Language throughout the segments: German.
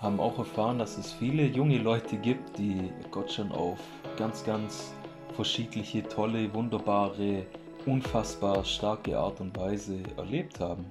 haben auch erfahren, dass es viele junge Leute gibt, die Gott schon auf ganz verschiedene, tolle, wunderbare, unfassbar starke Art und Weise erlebt haben.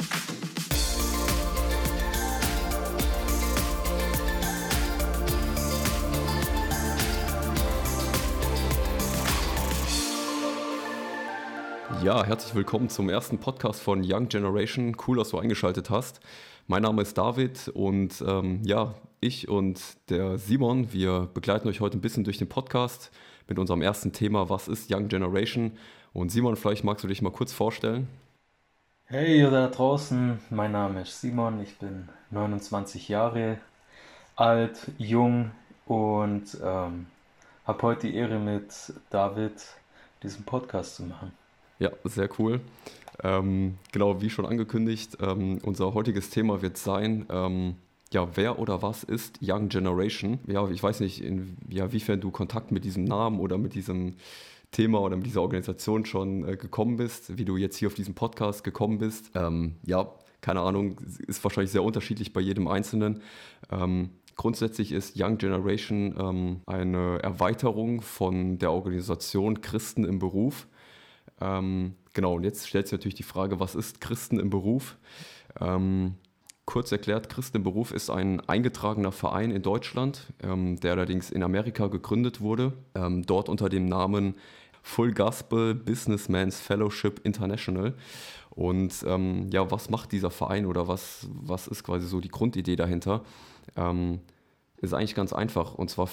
Ja, herzlich willkommen zum ersten Podcast von Young Generation. Cool, dass du eingeschaltet hast. Mein Name ist David und ich und der Simon, wir begleiten euch heute ein bisschen durch den Podcast mit unserem ersten Thema, was ist Young Generation? Und Simon, vielleicht magst du dich mal kurz vorstellen. Hey ihr da draußen, mein Name ist Simon, ich bin 29 Jahre alt, jung und habe heute die Ehre mit David diesen Podcast zu machen. Ja, sehr cool. Genau, wie schon angekündigt, unser heutiges Thema wird sein, wer oder was ist Young Generation? Ja, ich weiß nicht, inwiefern du Kontakt mit diesem Namen oder mit diesem Thema oder mit dieser Organisation schon gekommen bist, wie du jetzt hier auf diesen Podcast gekommen bist. Keine Ahnung, ist wahrscheinlich sehr unterschiedlich bei jedem Einzelnen. Grundsätzlich ist Young Generation eine Erweiterung von der Organisation Christen im Beruf. Genau, und jetzt stellt sich natürlich die Frage, was ist Christen im Beruf? Kurz erklärt, Christen im Beruf ist ein eingetragener Verein in Deutschland, der allerdings in Amerika gegründet wurde, dort unter dem Namen Full Gospel Businessmen's Fellowship International. Und was macht dieser Verein oder was ist quasi so die Grundidee dahinter? Ist eigentlich ganz einfach. Und zwar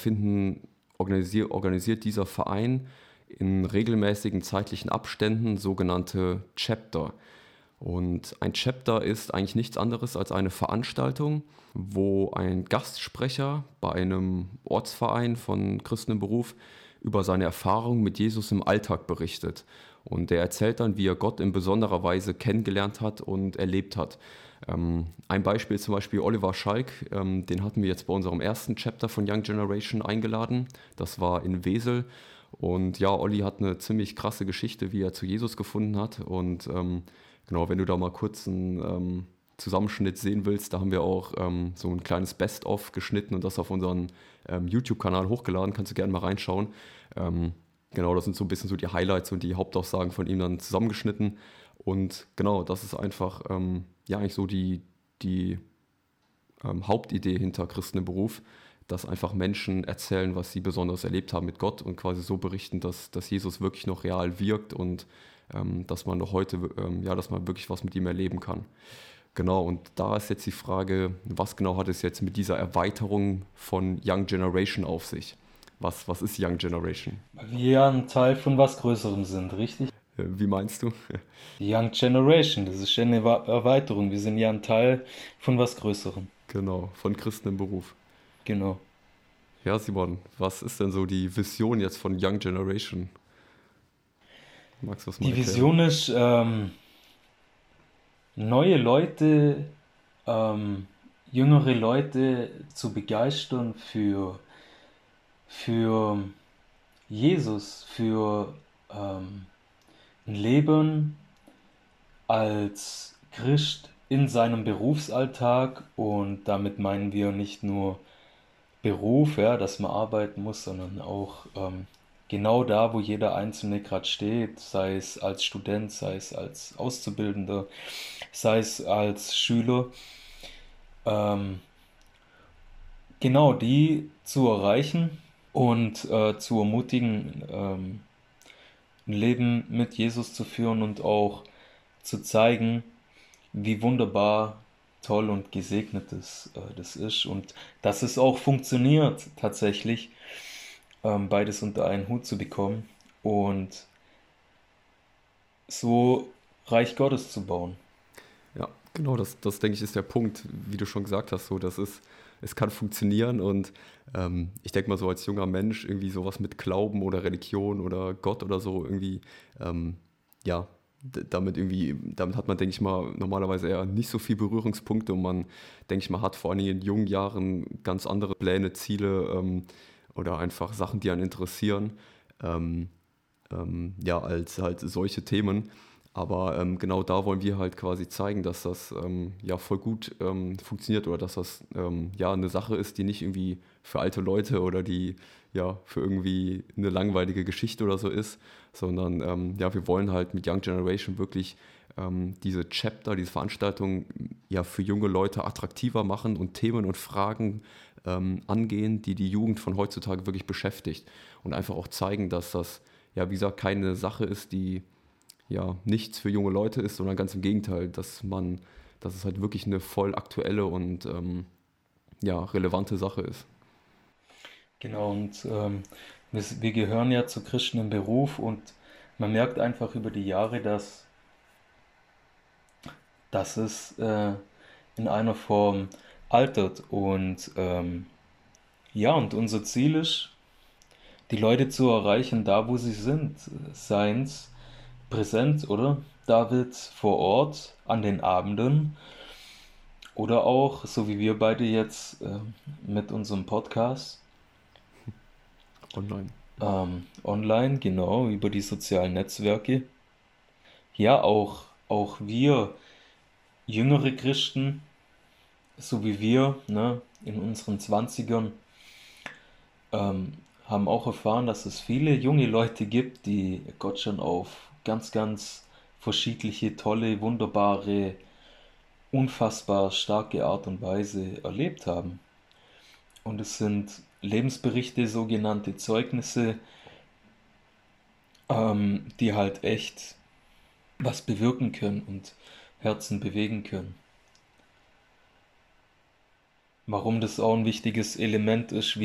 organisiert dieser Verein in regelmäßigen zeitlichen Abständen sogenannte Chapter. Und ein Chapter ist eigentlich nichts anderes als eine Veranstaltung, wo ein Gastsprecher bei einem Ortsverein von Christen im Beruf über seine Erfahrungen mit Jesus im Alltag berichtet. Und der erzählt dann, wie er Gott in besonderer Weise kennengelernt hat und erlebt hat. Ein Beispiel ist zum Beispiel Oliver Schalk, den hatten wir jetzt bei unserem ersten Chapter von Young Generation eingeladen. Das war in Wesel. Und ja, Olli hat eine ziemlich krasse Geschichte, wie er zu Jesus gefunden hat. Und genau, wenn du da mal kurz einen Zusammenschnitt sehen willst, da haben wir auch so ein kleines Best-of geschnitten und das auf unseren YouTube-Kanal hochgeladen. Kannst du gerne mal reinschauen. Genau, das sind so ein bisschen so die Highlights und die Hauptaussagen von ihm dann zusammengeschnitten. Und genau, das ist einfach eigentlich so die Hauptidee hinter Christen im Beruf, dass einfach Menschen erzählen, was sie besonders erlebt haben mit Gott und quasi so berichten, dass Jesus wirklich noch real wirkt und dass man noch heute, dass man wirklich was mit ihm erleben kann. Genau, und da ist jetzt die Frage, was genau hat es jetzt mit dieser Erweiterung von Young Generation auf sich? Was ist Young Generation? Weil wir ja ein Teil von was Größerem sind, richtig? Wie meinst du? Die Young Generation, das ist ja eine Erweiterung, wir sind ja ein Teil von was Größerem. Genau, von Christen im Beruf. Genau. Ja, Simon, was ist denn so die Vision jetzt von Young Generation? Magst du das mal Die erklären? Vision ist, neue Leute, jüngere Leute zu begeistern für Jesus, für ein Leben als Christ in seinem Berufsalltag. Und damit meinen wir nicht nur Beruf, ja, dass man arbeiten muss, sondern auch genau da, wo jeder Einzelne gerade steht, sei es als Student, sei es als Auszubildender, sei es als Schüler, ähm, genau die zu erreichen und zu ermutigen, ein Leben mit Jesus zu führen und auch zu zeigen, wie wunderbar, toll und gesegnet das ist und dass es auch funktioniert, tatsächlich beides unter einen Hut zu bekommen und so Reich Gottes zu bauen. Ja, genau, das denke ich ist der Punkt, wie du schon gesagt hast, so, es kann funktionieren und ich denke mal so als junger Mensch irgendwie sowas mit Glauben oder Religion oder Gott oder so irgendwie, ja, damit hat man, denke ich mal, normalerweise eher nicht so viel Berührungspunkte und man, denke ich mal, hat vor allem in jungen Jahren ganz andere Pläne, Ziele oder einfach Sachen, die einen interessieren, als halt solche Themen. Aber genau da wollen wir halt quasi zeigen, dass das ja voll gut funktioniert oder dass das ja eine Sache ist, die nicht irgendwie für alte Leute oder die ja für irgendwie eine langweilige Geschichte oder so ist, sondern ja, wir wollen halt mit Young Generation wirklich diese Chapter, diese Veranstaltung ja für junge Leute attraktiver machen und Themen und Fragen angehen, die die Jugend von heutzutage wirklich beschäftigt und einfach auch zeigen, dass das ja, wie gesagt, keine Sache ist, die ja nichts für junge Leute ist, sondern ganz im Gegenteil, dass es halt wirklich eine voll aktuelle und ja, relevante Sache ist. Genau, und wir gehören ja zu Christen im Beruf und man merkt einfach über die Jahre, dass es in einer Form altert und ja, und unser Ziel ist, die Leute zu erreichen, da wo sie sind, seien's präsent, oder? David vor Ort an den Abenden oder auch, so wie wir beide jetzt mit unserem Podcast, Online. online, genau, über die sozialen Netzwerke. Ja, auch wir jüngere Christen, so wie wir, ne, in unseren Zwanzigern, haben auch erfahren, dass es viele junge Leute gibt, die Gott schon auf ganz, ganz verschiedene, tolle, wunderbare, unfassbar starke Art und Weise erlebt haben. Und es sind Lebensberichte, sogenannte Zeugnisse, die halt echt was bewirken können und Herzen bewegen können. Warum das auch ein wichtiges Element ist,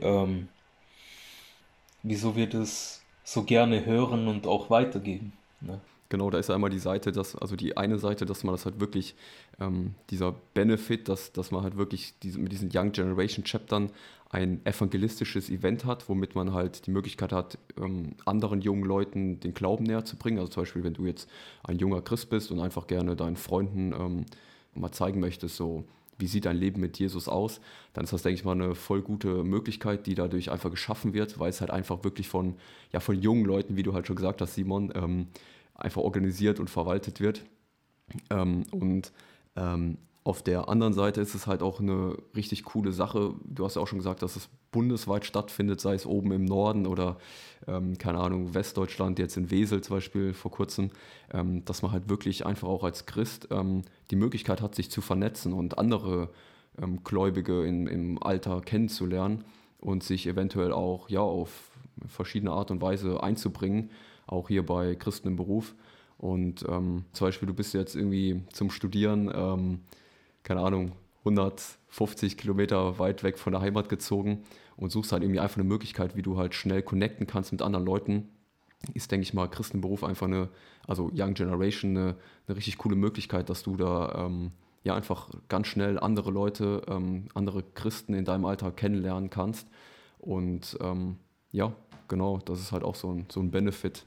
wieso wir das so gerne hören und auch weitergeben. Ne? Genau, da ist ja einmal die Seite, also die eine Seite, dass man das halt wirklich, dieser Benefit, dass man halt wirklich mit diesen Young Generation Chaptern ein evangelistisches Event hat, womit man halt die Möglichkeit hat, anderen jungen Leuten den Glauben näher zu bringen. Also zum Beispiel, wenn du jetzt ein junger Christ bist und einfach gerne deinen Freunden mal zeigen möchtest, so wie sieht dein Leben mit Jesus aus, dann ist das, denke ich mal, eine voll gute Möglichkeit, die dadurch einfach geschaffen wird, weil es halt einfach wirklich ja, von jungen Leuten, wie du halt schon gesagt hast, Simon, einfach organisiert und verwaltet wird. Und auf der anderen Seite ist es halt auch eine richtig coole Sache. Du hast ja auch schon gesagt, dass es bundesweit stattfindet, sei es oben im Norden oder, keine Ahnung, Westdeutschland, jetzt in Wesel zum Beispiel vor kurzem, dass man halt wirklich einfach auch als Christ die Möglichkeit hat, sich zu vernetzen und andere Gläubige im Alter kennenzulernen und sich eventuell auch ja, auf verschiedene Art und Weise einzubringen, auch hier bei Christen im Beruf. Und zum Beispiel, du bist jetzt irgendwie zum Studieren, keine Ahnung, 150 Kilometer weit weg von der Heimat gezogen und suchst halt irgendwie einfach eine Möglichkeit, wie du halt schnell connecten kannst mit anderen Leuten. Ist, denke ich mal, Christenberuf einfach also Young Generation, eine richtig coole Möglichkeit, dass du da ja einfach ganz schnell andere Leute, andere Christen in deinem Alter kennenlernen kannst. Und ja, genau, das ist halt auch so ein Benefit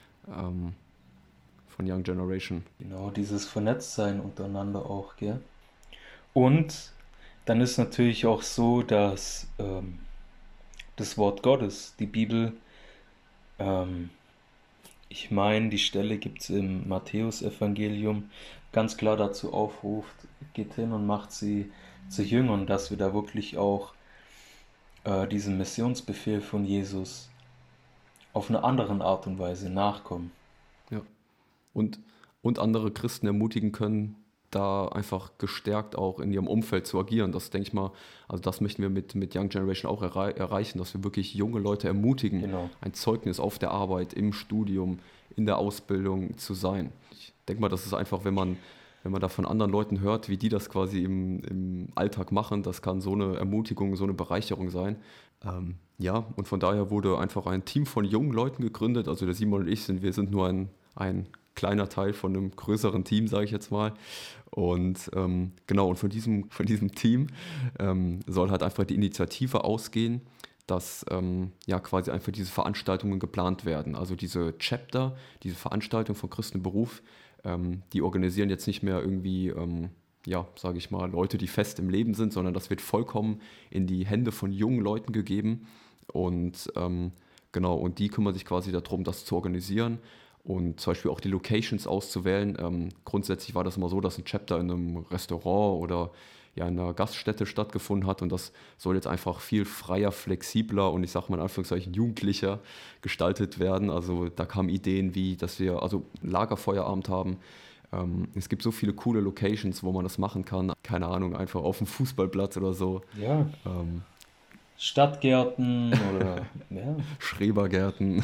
von Young Generation. Genau, dieses Vernetztsein untereinander auch, gell? Und dann ist natürlich auch so, dass das Wort Gottes, die Bibel, ähm, ich meine, die Stelle gibt es im Matthäusevangelium, ganz klar dazu aufruft, geht hin und macht sie zu Jüngern, dass wir da wirklich auch diesem Missionsbefehl von Jesus auf eine andere Art und Weise nachkommen. Ja. Und, und andere Christen ermutigen können, da einfach gestärkt auch in ihrem Umfeld zu agieren. Das denke ich mal, also das möchten wir mit Young Generation auch erreichen, dass wir wirklich junge Leute ermutigen, Genau. ein Zeugnis auf der Arbeit, im Studium, in der Ausbildung zu sein. Ich denke mal, das ist einfach, wenn man da von anderen Leuten hört, wie die das quasi im Alltag machen, das kann so eine Ermutigung, so eine Bereicherung sein. Ja, und von daher wurde einfach ein Team von jungen Leuten gegründet. Also der Simon und ich wir sind nur ein kleiner Teil von einem größeren Team, sage ich jetzt mal. Und genau, und von diesem Team soll halt einfach die Initiative ausgehen, dass ja quasi einfach diese Veranstaltungen geplant werden. Also diese Chapter, diese Veranstaltung von Christen im Beruf, die organisieren jetzt nicht mehr irgendwie, ja, sage ich mal, Leute, die fest im Leben sind, sondern das wird vollkommen in die Hände von jungen Leuten gegeben. Und genau, und die kümmern sich quasi darum, das zu organisieren. und zum Beispiel auch die Locations auszuwählen. Grundsätzlich war das immer so, dass ein Chapter in einem Restaurant oder ja, in einer Gaststätte stattgefunden hat, und das soll jetzt einfach viel freier, flexibler und ich sage mal in Anführungszeichen jugendlicher gestaltet werden. Also da kamen Ideen wie, dass wir also Lagerfeuerabend haben. Es gibt so viele coole Locations, wo man das machen kann. Keine Ahnung, einfach auf dem Fußballplatz oder so. Ja, Ähm, Stadtgärten oder ja, Schrebergärten,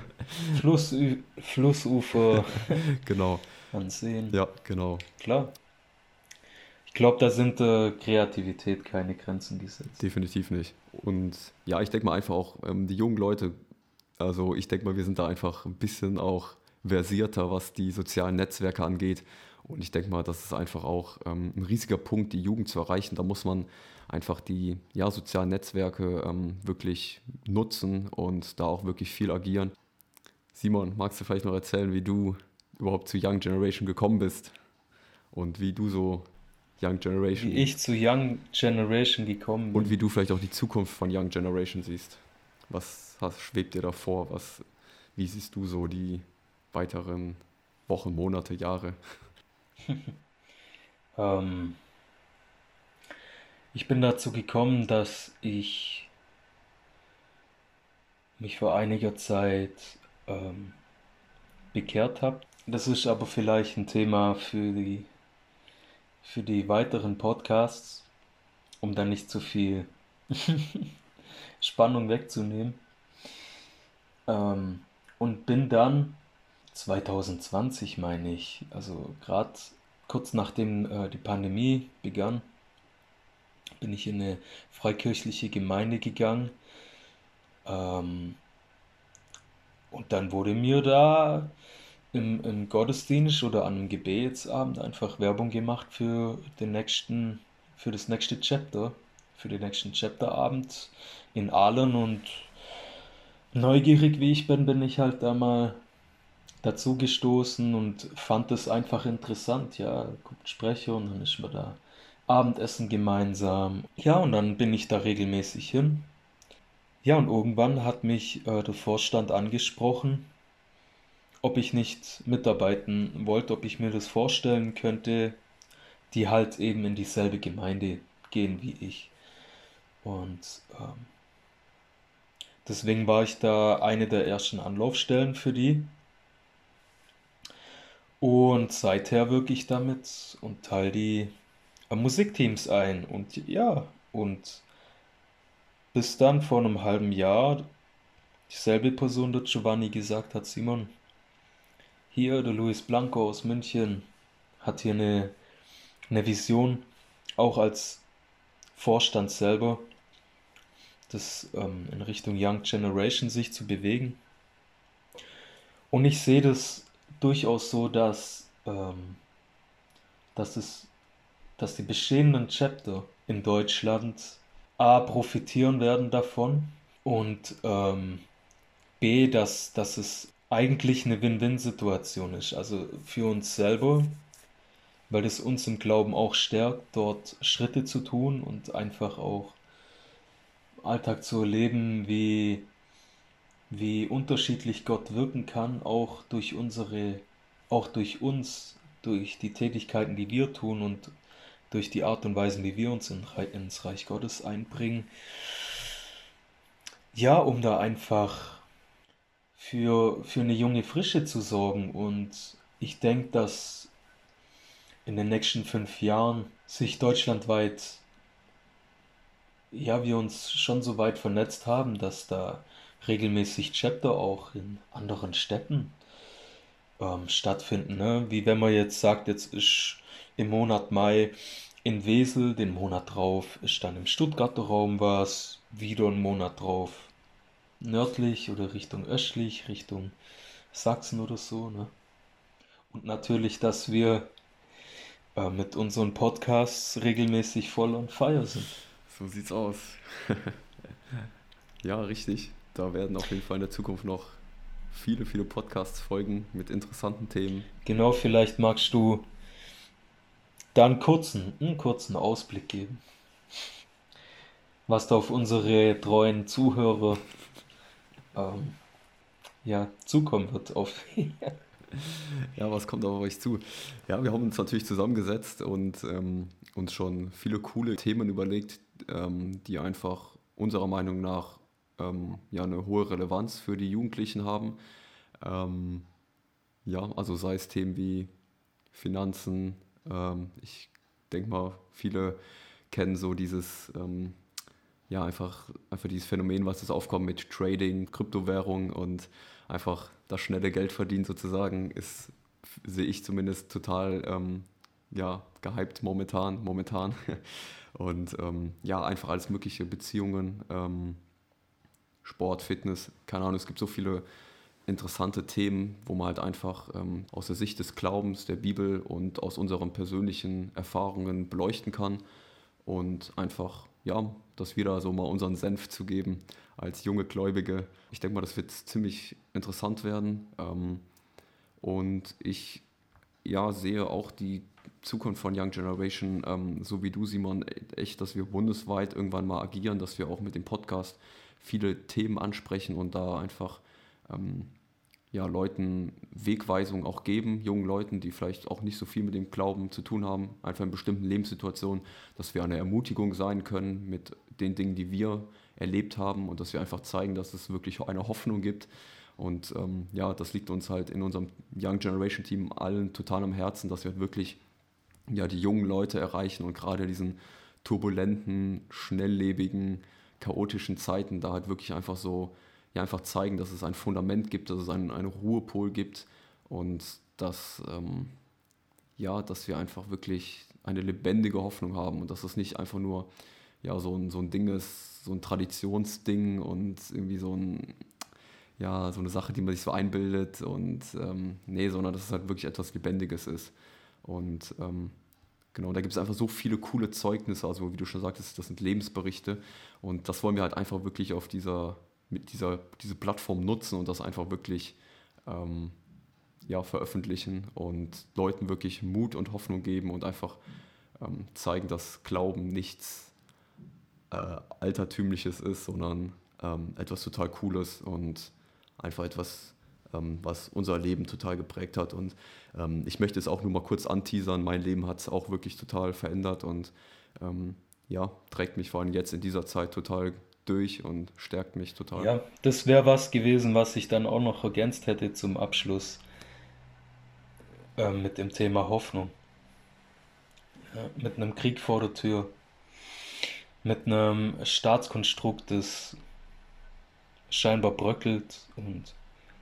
Flussufer genau. ansehen. Ja, genau. Klar. Ich glaube, da sind der Kreativität keine Grenzen gesetzt. Definitiv nicht. Und ja, ich denke mal einfach auch, die jungen Leute, also ich denke mal, wir sind da einfach ein bisschen auch versierter, was die sozialen Netzwerke angeht. Und ich denke mal, das ist einfach auch ein riesiger Punkt, die Jugend zu erreichen. Da muss man einfach die ja, sozialen Netzwerke wirklich nutzen und da auch wirklich viel agieren. Simon, magst du vielleicht noch erzählen, wie du überhaupt zu Young Generation gekommen bist und wie du so Young Wie Generation ich zu Young Generation gekommen und bin. wie du vielleicht auch die Zukunft von Young Generation siehst? Schwebt dir da vor? Wie siehst du so die weiteren Wochen, Monate, Jahre? Ähm, Ich bin dazu gekommen, dass ich mich vor einiger Zeit ähm, bekehrt habe. Das ist aber vielleicht ein Thema für die weiteren Podcasts, um dann nicht zu viel Spannung wegzunehmen. Ähm, und bin dann 2020, meine ich, also gerade kurz nachdem die Pandemie begann, bin ich in eine freikirchliche Gemeinde gegangen. Ähm, und dann wurde mir da im Gottesdienst oder an einem Gebetsabend einfach Werbung gemacht für das nächste Chapter, für den nächsten Chapterabend in Aalen, und neugierig wie ich bin, bin ich halt da mal dazu gestoßen und fand es einfach interessant. Ja, guckt Sprecher und dann ist man da Abendessen gemeinsam. Ja, und dann bin ich da regelmäßig hin. Ja, und irgendwann hat mich der Vorstand angesprochen, ob ich nicht mitarbeiten wollte, ob ich mir das vorstellen könnte, die halt eben in dieselbe Gemeinde gehen wie ich. Und deswegen war ich da eine der ersten Anlaufstellen für die. Und seither wirke ich damit und teile die Musikteams ein. Und ja, und bis dann vor einem halben Jahr dieselbe Person, der Giovanni, gesagt hat: Simon, hier, der Luis Blanco aus München hat hier eine Vision, auch als Vorstand selber, das in Richtung Young Generation sich zu bewegen. Und ich sehe das durchaus so, dass, es, dass die bestehenden Chapter in Deutschland A profitieren werden davon und B, dass es eigentlich eine Win-Win-Situation ist. Also für uns selber, weil es uns im Glauben auch stärkt, dort Schritte zu tun und einfach auch im Alltag zu erleben, wie unterschiedlich Gott wirken kann, auch durch uns, durch die Tätigkeiten, die wir tun und durch die Art und Weise, wie wir uns ins Reich Gottes einbringen. Ja, um da einfach für eine junge Frische zu sorgen. Und ich denke, dass in den nächsten 5 Jahren sich deutschlandweit, ja, wir uns schon so weit vernetzt haben, dass da regelmäßig Chapter auch in anderen Städten stattfinden. Ne? Wie wenn man jetzt sagt, jetzt ist im Monat Mai in Wesel, den Monat drauf ist dann im Stuttgarter Raum was, wieder einen Monat drauf nördlich oder Richtung östlich, Richtung Sachsen oder so. Ne? Und natürlich, dass wir mit unseren Podcasts regelmäßig voll on fire sind. So sieht's aus. Ja, richtig. Da werden auf jeden Fall in der Zukunft noch viele, viele Podcasts folgen mit interessanten Themen. Genau, vielleicht magst du da einen kurzen Ausblick geben, was da auf unsere treuen Zuhörer ähm, ja, zukommen wird auf. Ja, was kommt auf euch zu? Ja, wir haben uns natürlich zusammengesetzt und uns schon viele coole Themen überlegt, die einfach unserer Meinung nach ja, eine hohe Relevanz für die Jugendlichen haben. Ähm, ja, also sei es Themen wie Finanzen. Ich denke mal, viele kennen so dieses, ja, einfach dieses Phänomen, was das aufkommt mit Trading, Kryptowährung und einfach das schnelle Geld verdienen sozusagen, ist, sehe ich zumindest total, ja, gehypt momentan. Und ja, einfach alles mögliche, Beziehungen, Sport, Fitness, keine Ahnung, es gibt so viele interessante Themen, wo man halt einfach aus der Sicht des Glaubens, der Bibel und aus unseren persönlichen Erfahrungen beleuchten kann und einfach, ja, dass wir da so mal unseren Senf zu geben als junge Gläubige. Ich denke mal, das wird ziemlich interessant werden und ich, ja, sehe auch die Zukunft von Young Generation, so wie du, Simon, echt, dass wir bundesweit irgendwann mal agieren, dass wir auch mit dem Podcast viele Themen ansprechen und da einfach ähm, ja, Leuten Wegweisung auch geben, jungen Leuten, die vielleicht auch nicht so viel mit dem Glauben zu tun haben, einfach in bestimmten Lebenssituationen, dass wir eine Ermutigung sein können mit den Dingen, die wir erlebt haben und dass wir einfach zeigen, dass es wirklich eine Hoffnung gibt. Und ja, das liegt uns halt in unserem Young Generation Team allen total am Herzen, dass wir halt wirklich ja, die jungen Leute erreichen und gerade diesen turbulenten, schnelllebigen, chaotischen Zeiten da halt wirklich einfach so, ja, einfach zeigen, dass es ein Fundament gibt, dass es einen Ruhepol gibt und dass, ja, dass wir einfach wirklich eine lebendige Hoffnung haben und dass es nicht einfach nur ja, so ein Ding ist, so ein Traditionsding und irgendwie so ein, ja, so eine Sache, die man sich so einbildet und nee, sondern dass es halt wirklich etwas Lebendiges ist. Und genau, da gibt es einfach so viele coole Zeugnisse, also wie du schon sagtest, das sind Lebensberichte und das wollen wir halt einfach wirklich auf diese Plattform nutzen und das einfach wirklich ähm, ja, veröffentlichen und Leuten wirklich Mut und Hoffnung geben und einfach zeigen, dass Glauben nichts Altertümliches ist, sondern etwas total Cooles und einfach etwas, was unser Leben total geprägt hat. Und ich möchte es auch nur mal kurz anteasern. Mein Leben hat es auch wirklich total verändert und ja, trägt mich vor allem jetzt in dieser Zeit total durch und stärkt mich total. Ja, das wäre was gewesen, was ich dann auch noch ergänzt hätte zum Abschluss mit dem Thema Hoffnung. Ja, mit einem Krieg vor der Tür, mit einem Staatskonstrukt, das scheinbar bröckelt und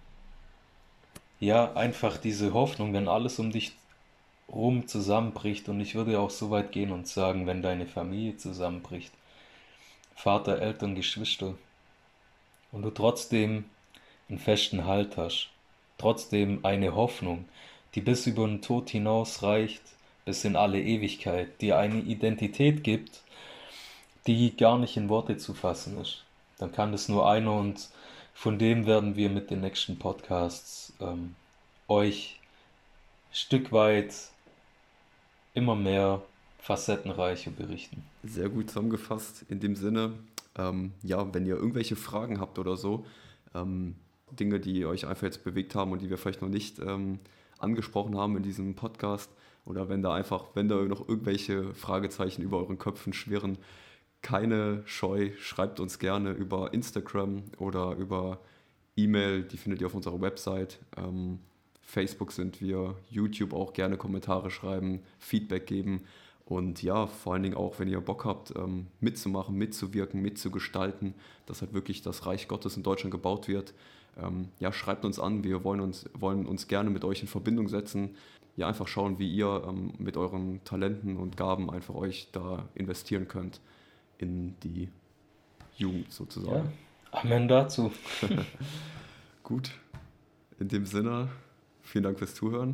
ja, einfach diese Hoffnung, wenn alles um dich rum zusammenbricht und ich würde auch so weit gehen und sagen, wenn deine Familie zusammenbricht, Vater, Eltern, Geschwister und du trotzdem einen festen Halt hast, trotzdem eine Hoffnung, die bis über den Tod hinaus reicht, bis in alle Ewigkeit, die eine Identität gibt, die gar nicht in Worte zu fassen ist. Dann kann das nur einer und von dem werden wir mit den nächsten Podcasts euch Stück weit immer mehr facettenreicher berichten. Sehr gut zusammengefasst. In dem Sinne, ja, wenn ihr irgendwelche Fragen habt oder so, Dinge, die euch einfach jetzt bewegt haben und die wir vielleicht noch nicht angesprochen haben in diesem Podcast, oder wenn da noch irgendwelche Fragezeichen über euren Köpfen schwirren, keine Scheu, schreibt uns gerne über Instagram oder über E-Mail, die findet ihr auf unserer Website. Facebook sind wir, YouTube auch gerne Kommentare schreiben, Feedback geben und ja, vor allen Dingen auch, wenn ihr Bock habt, mitzumachen, mitzuwirken, mitzugestalten, dass halt wirklich das Reich Gottes in Deutschland gebaut wird. Ja, schreibt uns an, wir wollen uns gerne mit euch in Verbindung setzen. Ja, einfach schauen, wie ihr mit euren Talenten und Gaben einfach euch da investieren könnt in die Jugend Ja, sozusagen. Amen dazu. Gut, in dem Sinne, vielen Dank fürs Zuhören.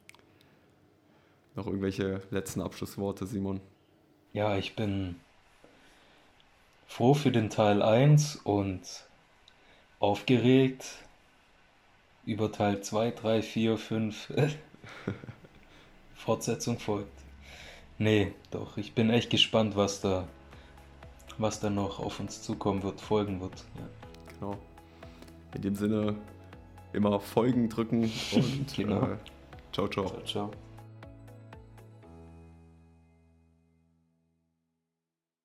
Noch irgendwelche letzten Abschlussworte, Simon? Ja, ich bin froh für den Teil eins und aufgeregt über Teil 2, 3, 4, 5. Fortsetzung folgt. Nee, doch, ich bin echt gespannt, was da noch auf uns zukommen wird, folgen wird. Ja. Genau. In dem Sinne, immer Folgen drücken und Genau. ciao, ciao. Ciao, ciao.